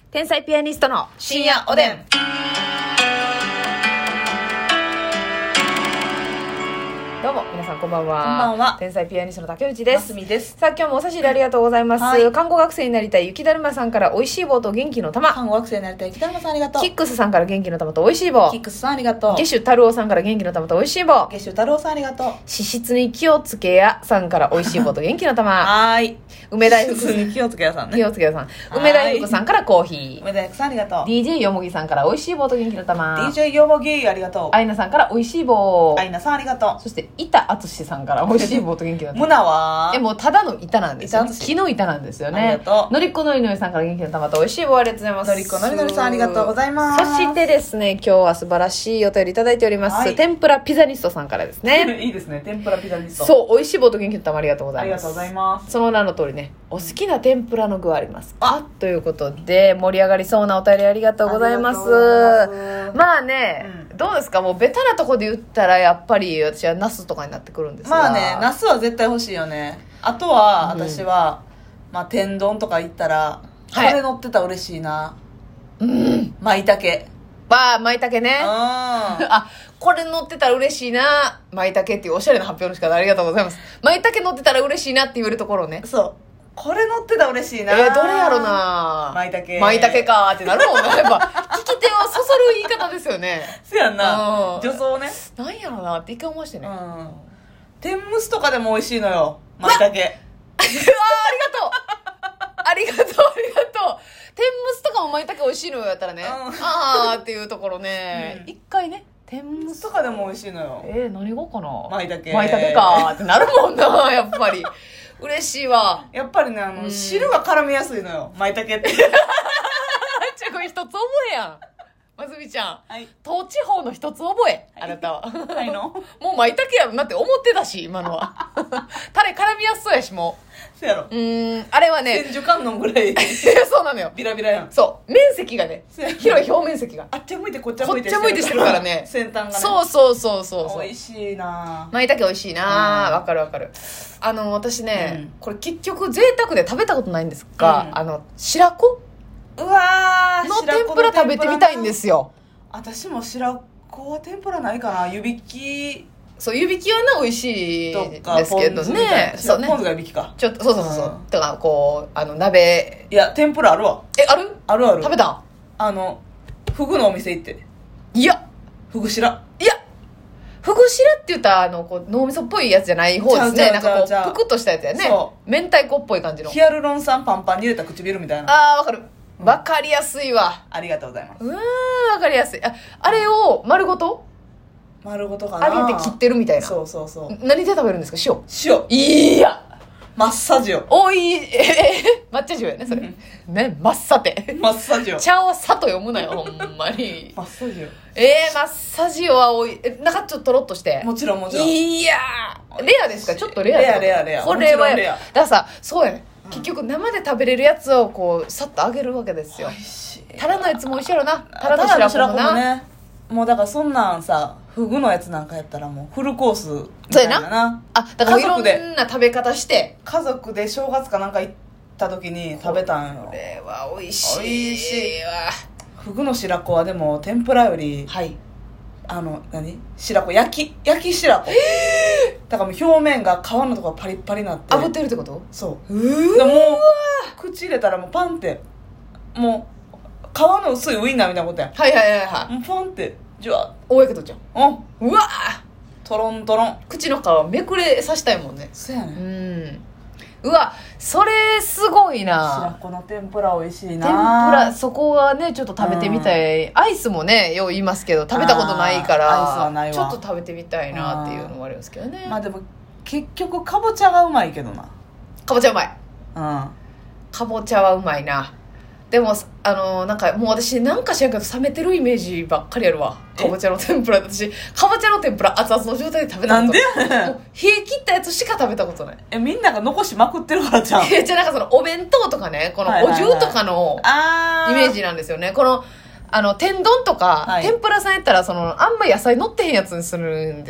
天才ピアニストの深夜おでん。どうも皆さんこんばんは。 こんばんは。 天才ピアニストの竹内です。 ますみです。 さあ今日もお差し入れありがとうございます、はい、看護学生になりたい雪だるまさんから美味しい棒と元気の玉。 看護学生になりたい雪だるまさんありがとう。 キックスさんから元気の玉と美味しい棒。 キックスさんありがとう。 ゲシュ太郎さんから元気の玉と美味しい棒。 ゲシュ太郎さんありがとう。 脂質に気をつけやさんから美味しい棒と元気の玉。 はーい。 梅大福さんに気をつけやさんね。 気をつけやさん。梅大福さんからコーヒー。 梅大福さんありがとう。 DJ よもぎさんから美味しい棒と元気の玉。 DJ よもぎありがとう。 アイナさんから美味しい棒。 アイナさんありがとう。 そして板淳さんから美味しい棒と元気の玉。 ムナはもうただの板なんですよね。木の板なんですよね。 ありがとう。 のりっこのりのりさんから元気の玉と美味しい棒ありがとうございます。 のりっこのりのりさんありがとうございます。 そしてですね、今日は素晴らしいお便りいただいております、はい、天ぷらピザニストさんからですね。 いいですね、天ぷらピザニスト。 そう、美味しい棒と元気の玉ありがとうございます。 ありがとうございます。 その名の通りね、お好きな天ぷらの具はありますかということで、盛り上がりそうなお便りありがとうございます。まあね、どうですか、もうベタなとこで言ったらやっぱり私はナスとかになってくるんですが、 まあね、ナスは絶対欲しいよね。あとは私は、まあ天丼とか行ったら、これ乗ってたら嬉しいな。舞茸。 まあ舞茸ね。 あ、 これ乗ってたら嬉しいな、舞茸っていうおしゃれな発表の仕方ありがとうございます。舞茸乗ってたら嬉しいなって言えるところね。 そう。これ乗ってたら嬉しいな。 どれやろな。舞茸かーってなるもんね。やっぱ聞き手をそそる言い方ですよね。 そやんな。女装ね。 なんやろなって一回思いましてね。 天むすとかでも美味しいのよ、舞茸。ありがとう。 ありがとう。天むすとかも舞茸美味しいのよやったらね。あーっていうところね。一回ね。天むすとかでも美味しいのよ。 何がかな。 舞茸かーってなるもんな、やっぱり。嬉しいわ。 やっぱりね、汁が絡みやすいのよ、舞茸って。 これ一つ覚えやん。ますみちゃん。 はい。 東地方の一つ覚え、あなたは。 はいのもう舞茸やろなって思ってたし、今のは。タレ絡みやすそうやし、もう。そうやろ。 あれはね。 千手観音ぐらい。 そうなのよ。 ビラビラやん。 そう。面積がね、広い表面積が。 あっち向いてこっち向いてしてるからね。 先端がね。 そう。 美味しいな。 舞茸美味しいな。わかる。私ね、これ結局贅沢で食べたことないんですが、白子うわーの天ぷら食べてみたいんですよ。 私も白子は天ぷらないかな。湯引き。 そう、湯引きはね美味しいですけどね。 そうね。ポン酢が湯引きか。 ちょっとそう。だからこう鍋。 いや天ぷらあるわ。 ある？ ある。 食べた？ フグのお店行って。 いや、 フグ白。 いや、フグ白って言ったらこう脳みそっぽいやつじゃない方ですね。なんかこうぷくっとしたやつやね。そう。明太子っぽい感じの。 ヒアルロン酸パンパンに入れた唇みたいな。 わかる。わかりやすいわ。 ありがとうございます。 わかりやすい。あれを丸ごとかな。 揚げて切ってるみたいな。 そう。 何で食べるんですか？塩。 いや。マッサジオ。 抹茶塩やね、それ。ね、マッサテ。 マッサジオ。 茶はさと読むなよ、ほんまに。 マッサジオ。 マッサジオは中ちょっととろっとして。 もちろん。 いやー。レアですか？ちょっとレア。 レア。 これは、だからさ、そうやね。結局生で食べれるやつをこう、さっと揚げるわけですよ。タラのやつも美味しいやろな。タラの白子もな。 もうだからそんなんさ、フグのやつなんかやったらもうフルコースみたいな。 だからいろんな食べ方して家族で正月かなんか行った時に食べたんよ。 これは美味しいわ。 フグの白子はでも天ぷらより、白子焼き白子。だからもう表面が皮のところパリッパリになって炙ってるってこと？ そうでもう口入れたらもうパンってもう皮の薄いウインナーみたいなことやん。 はい。 もうパンってじゅわ大やけどじゃん。うわトロントロン。 口の皮めくれさしたいもんね。 そうやね。 うわ、それすごいな。 白子の天ぷら美味しいな。 天ぷら、そこはねちょっと食べてみたい。アイスもねよう言いますけど食べたことないからアイスはないわ。 ちょっと食べてみたいなっていうのもありますけどね。 まあでも結局かぼちゃがうまいけどな。 かぼちゃうまい。かぼちゃはうまいな。でもなんかもう私なんか知らんけど冷めてるイメージばっかりやるわ。かぼちゃの天ぷら。私かぼちゃの天ぷら熱々の状態で食べたことない。 なんで？ もう冷え切ったやつしか食べたことない。 みんなが残しまくってるからじゃん。 じゃあなんかそのお弁当とかね、このお重とかのイメージなんですよね。この天丼とか、天ぷらさんやったらあんま野菜乗ってへんやつにするんですよ。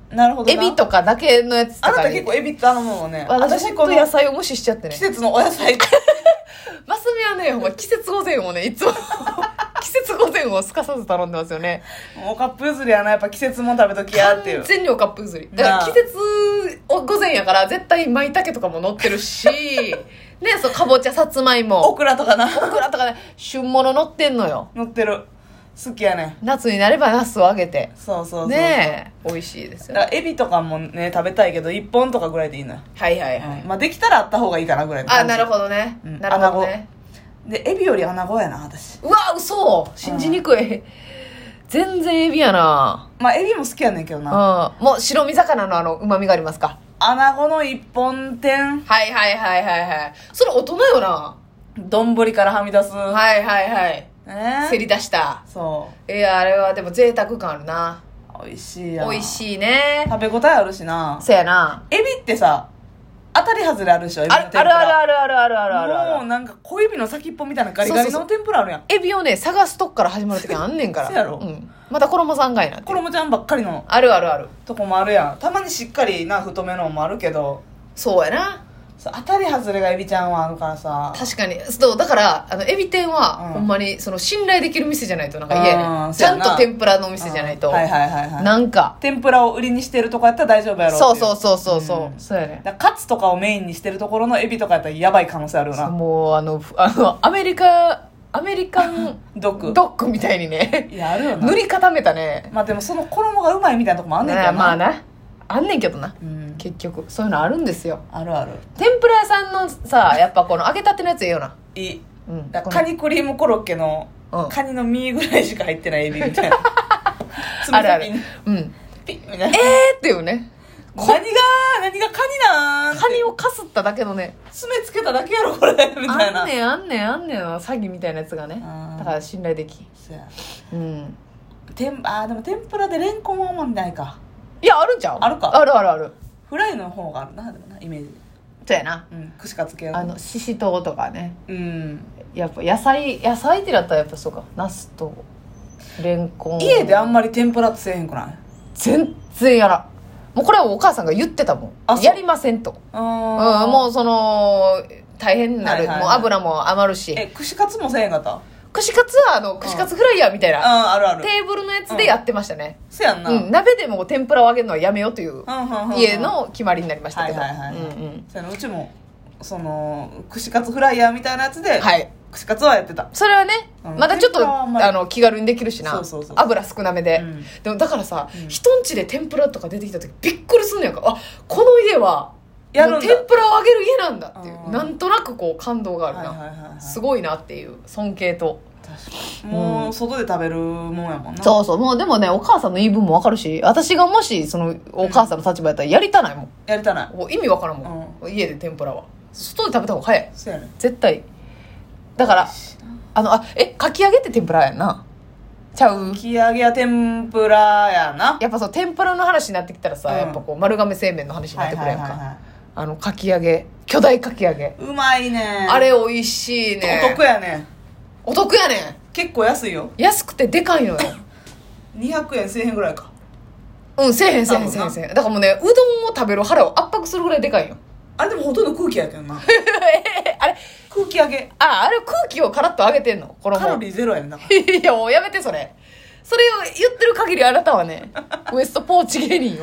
なるほどな。 エビとかだけのやつとかあなた結構エビ頼むもんね。 私この野菜を無視しちゃってね。 季節のお野菜マスミはね、ほんま季節御膳をね、いつも季節御膳をすかさず頼んでますよね。 もうカップ譲りやな、やっぱ季節もん食べときやっていう。 完全におカップ譲り。だから季節御膳やから絶対舞茸とかも乗ってるしね、そう、かぼちゃ、さつまいも、 オクラとかな。 オクラとかね、旬物乗ってんのよ。 乗ってる。好きやね。 夏になればナスを揚げて。 そうそうそう。 ねえ、美味しいですよ。 だからエビとかもね、食べたいけど、1本とかぐらいでいいのよ。 はいはいはい。 まあできたらあった方がいいかなぐらいの感じ。 あ、なるほどね。なるほどね。 で、エビよりアナゴやな、私。 うわ、嘘信じにくい。全然エビやな。 まあエビも好きやねんけどな。 もう白身魚の旨味がありますか。 アナゴの一本天。 はいはいはいはいはい。それ大人よな。 丼からはみ出す。 はいはいはい。せり出した。 そう。 いや、あれはでも贅沢感あるな。 美味しいやん。 美味しいね。 食べ応えあるしな。 そやな。 エビってさ、当たり外れあるでしょ、エビの天ぷら。 あるあるあるあるあるあるある。 もうなんか小指の先っぽみたいなガリガリの天ぷらあるやん。 エビをね、探すとこから始まるときあんねんから。 そうやろ。 うん。また衣さんがいなって。 衣ちゃんばっかりの。 あるあるある。 とこもあるやん。たまにしっかりな太めのもあるけど。 そうやな。 当たり外れがエビちゃんはあるからさ。 確かに。そう、だから、エビ天は、ほんまに、信頼できる店じゃないとなんか嫌やねん。ちゃんと天ぷらのお店じゃないと。 はいはいはいはい。 なんか。 天ぷらを売りにしてるとこやったら大丈夫やろそうそうそうそうそう。そうやね。 カツとかをメインにしてるところのエビとかやったらやばい可能性あるよな。 もう、アメリカンドッグみたいにね。 いや、あるよな。 塗り固めたね。 まあでもその衣がうまいみたいなとこもあんねんけどな。 まあな。あんねんけどな。結局そういうのあるんですよ。 あるある。 天ぷら屋さんのさ、やっぱこの揚げたてのやつええよな。 いい。カニクリームコロッケのカニの身ぐらいしか入ってないエビみたいな。 あるある。うん。 ピッみたいな。 っていうね。 何がカニなん。 カニをかすっただけのね。 爪つけただけやろこれみたいな。 あんねん詐欺みたいなやつがね。だから信頼でき。 そうや。 うん。 でも天ぷらでレンコンはあんまりないか。 いや、あるんちゃう。 あるか。 あるあるある。 フライの方があるな、でもな、イメージ。 そうやな。 串カツ系ししとうとかね。 うんやっぱ野菜ってなったらやっぱそうか、ナスとレンコン。 家であんまり天ぷらってせえへんくない？ 全然やら。もうこれはお母さんが言ってたもん。やりませんと。もう大変になる。もう油も余るし。 串カツもせえへんかった？ 串カツは串カツフライヤーみたいな、 あるあるテーブルのやつでやってましたね。 せやんな。 鍋でも天ぷらを揚げるのはやめようという家の決まりになりましたけど。 うちも串カツフライヤーみたいなやつで串カツはやってた。 それはね、まだちょっと気軽にできるしな。油少なめで。でもだからさ、人ん家で天ぷらとか出てきた時びっくりすんねやんか。あ、この家は天ぷらを揚げる家なんだっていう、なんとなくこう感動があるな。すごいなっていう尊敬と。 もう外で食べるもんやもんな。 そうそう。もうでもね、お母さんの言い分もわかるし、私がもしお母さんの立場やったらやりたないもん。 やりたない。 意味わからんもん。家で天ぷらは外で食べた方が早い。 そうやね。 絶対。だからかき揚げって天ぷらやんな。ちゃう。 かき揚げや天ぷらやな。 やっぱ天ぷらの話になってきたらさ、やっぱこう丸亀製麺の話になってくるやんか。かき揚げ、巨大かき揚げ、 うまいね。 あれ美味しいね。 お得やね。 お得やねん。 結構安いよ。 安くてでかいのよ。 200円1000円ぐらいか。 せえへん。だからもうね、うどんを食べる腹を圧迫するぐらいでかいよ。 あれでもほとんど空気やけどな。 あれ空気揚げ。 あれ空気をカラッと揚げてんの。カロリーゼロやねんだから。 いやもうやめてそれを言ってる限りあなたはねウエストポーチ芸人よ。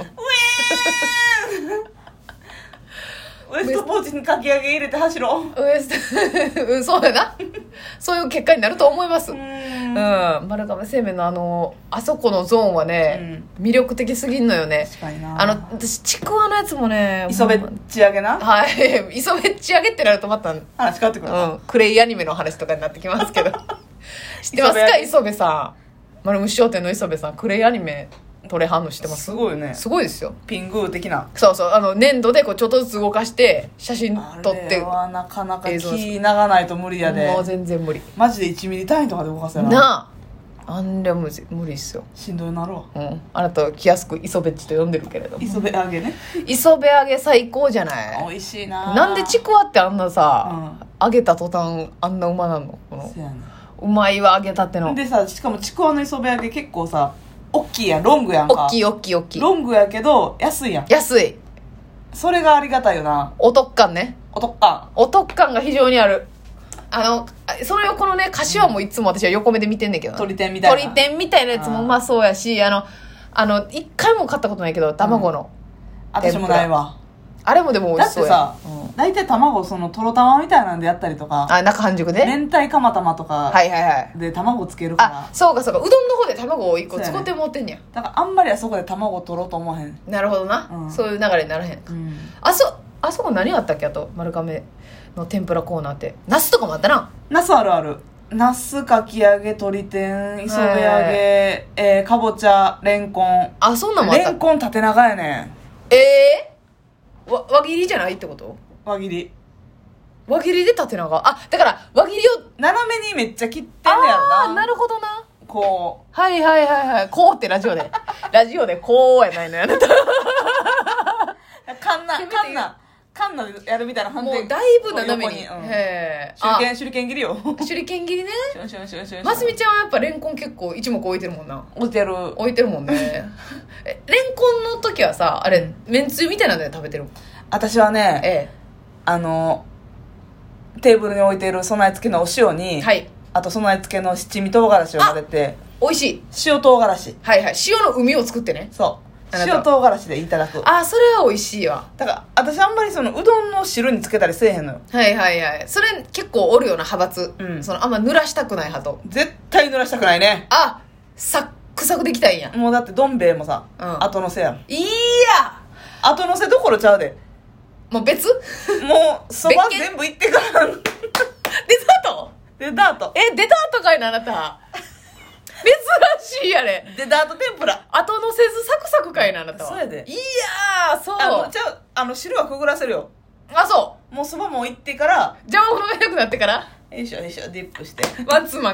ウエストポーチにかき揚げ入れて走ろう。 そうやな。そういう結果になると思います。丸亀製麺のあそこのゾーンはね、魅力的すぎんのよね。 確かにな。 私ちくわのやつもね、 磯べっち揚げな。 はい。磯べっち揚げってなるとまた話変わってくる。 クレイアニメの話とかになってきますけど。知ってますか、磯部さん。丸虫商店の磯部さん、クレイアニメトレ反応してます。 すごいね。 すごいですよ。 ピングー的な。 そう粘土でこうちょっとずつ動かして写真撮って。あれはなかなか気長ないと無理やで。 もう全然無理。 マジで1ミリ単位とかで動かせなあんで無理っすよ。 しんどいなるわ。 あなたは気安く磯べっちと呼んでるけれども。 磯べ揚げね。 磯べ揚げ最高じゃない。 美味しいな。 なんでちくわってあんなさ、揚げた途端あんなうまなんの。うまいわ揚げたってのでさ、しかもちくわの磯べ揚げ結構さ大きいやん、ロングやんか。 大きい大きい大きい。 ロングやけど安いやん。 安い。 それがありがたいよな。 お得感ね。 お得感。 お得感が非常にある。その横のね、柏もいつも私は横目で見てんねんけど。 鳥天みたいな。 鳥天みたいなやつもうまそうやし、一回も買ったことないけど、卵の。 私もないわ。 あれもでも美味しそうや。 だってさ、大体卵、その、とろ玉みたいなんでやったりとか。 中半熟ね。 明太釜玉とか。 はいはいはい。 で、卵つけるから。 そうかそうか。うどんの方で卵を1個使って持ってんねや。 だからあんまりあそこで卵取ろうと思わへん。 なるほどな。そういう流れにならへん。あそこ何あったっけ？あと、丸亀の天ぷらコーナーって。ナスとかもあったな。 ナスあるある。ナス、かき揚げ、鶏天、磯辺揚げ、かぼちゃ、レンコン。 そんなんもあった。 レンコン縦長やねん。輪切りじゃないってこと？ 輪切り。 輪切りで縦長。だから輪切りを斜めにめっちゃ切ってんねやろな。 なるほどな。 こう。 はいはいはいはい。こうってラジオでこうやないのやなた。 カンナでやるみたいな反もうだいぶ斜めに。 手裏剣切りよ。 手裏剣切りね。 ますみちゃんはやっぱレンコン結構一目置いてるもんな。 置いてるもんね。レンコンの時はさ、あれ、めんつゆみたいなので食べてる？ 私はね、テーブルに置いてる備え付けのお塩に、 はい。 あと備え付けの七味唐辛子を混ぜて、 美味しい。 塩唐辛子。 はいはい。塩の海を作ってね。 そう。塩唐辛子でいただく。 それは美味しいわ。 だから私あんまりそのうどんの汁につけたりせえへんのよ。 はいはいはい。それ結構おるような派閥。あんま濡らしたくない派と。 絶対濡らしたくないね。 サックサクできたいんや。 もうだってどん兵衛もさ、後乗せやん。 いや後乗せどころちゃうで。 もう別？ もうそば全部いってからデザート？ デザート。 デザートかいなあなた。珍しいやれ。 デザート天ぷら。 後乗せずサクサクかいなあなたは。 そうやで。 いやそう。 じゃあ汁はくぐらせるよ。 そう。 もうそばもいってから。 邪魔者がいなくなってから。 よいしょよいしょ、ディップして。 ワンツーマン